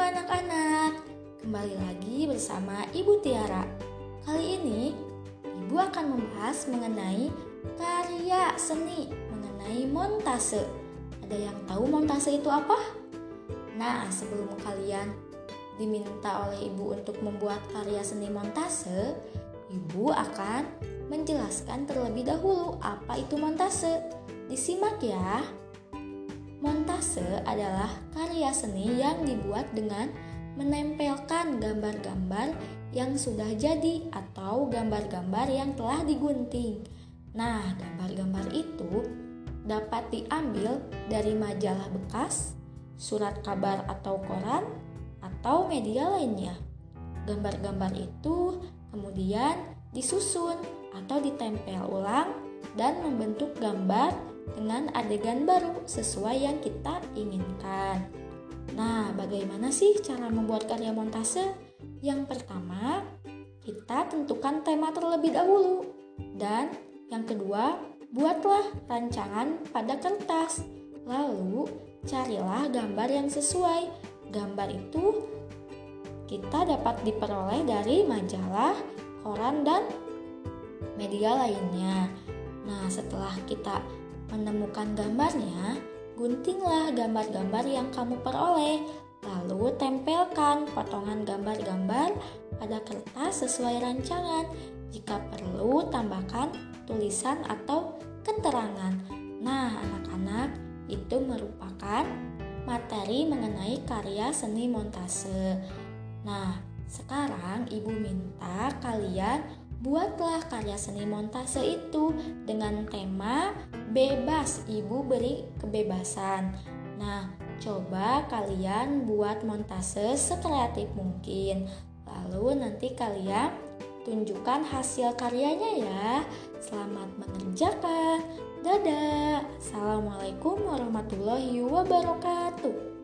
anak-anak, kembali lagi bersama Ibu Tiara. Kali ini Ibu akan membahas mengenai karya seni, mengenai montase. Ada yang tahu montase itu apa? Nah, sebelum kalian diminta oleh Ibu untuk membuat karya seni montase, Ibu akan menjelaskan terlebih dahulu apa itu montase. Disimak ya. Montase adalah karya seni yang dibuat dengan menempelkan gambar-gambar yang sudah jadi atau gambar-gambar yang telah digunting. Nah, gambar-gambar itu dapat diambil dari majalah bekas, surat kabar atau koran, atau media lainnya. Gambar-gambar itu kemudian disusun atau ditempel ulang dan membentuk gambar dengan adegan baru sesuai yang kita inginkan. Nah, bagaimana sih cara membuat karya montase? Yang pertama, kita tentukan tema terlebih dahulu. Dan yang kedua, buatlah rancangan pada kertas. Lalu, carilah gambar yang sesuai. Gambar itu kita dapat diperoleh dari majalah, koran, dan media lainnya. Nah, setelah kita menemukan gambarnya, guntinglah gambar-gambar yang kamu peroleh, lalu tempelkan potongan gambar-gambar pada kertas sesuai rancangan. Jika perlu, tambahkan tulisan atau keterangan. Nah, anak-anak, itu merupakan materi mengenai karya seni montase. Nah, sekarang Ibu minta kalian buatlah karya seni montase itu dengan tema bebas. Ibu beri kebebasan. Nah, coba kalian buat montase sekreatif mungkin. Lalu nanti kalian tunjukkan hasil karyanya ya. Selamat mengerjakan. Dadah. Assalamualaikum warahmatullahi wabarakatuh.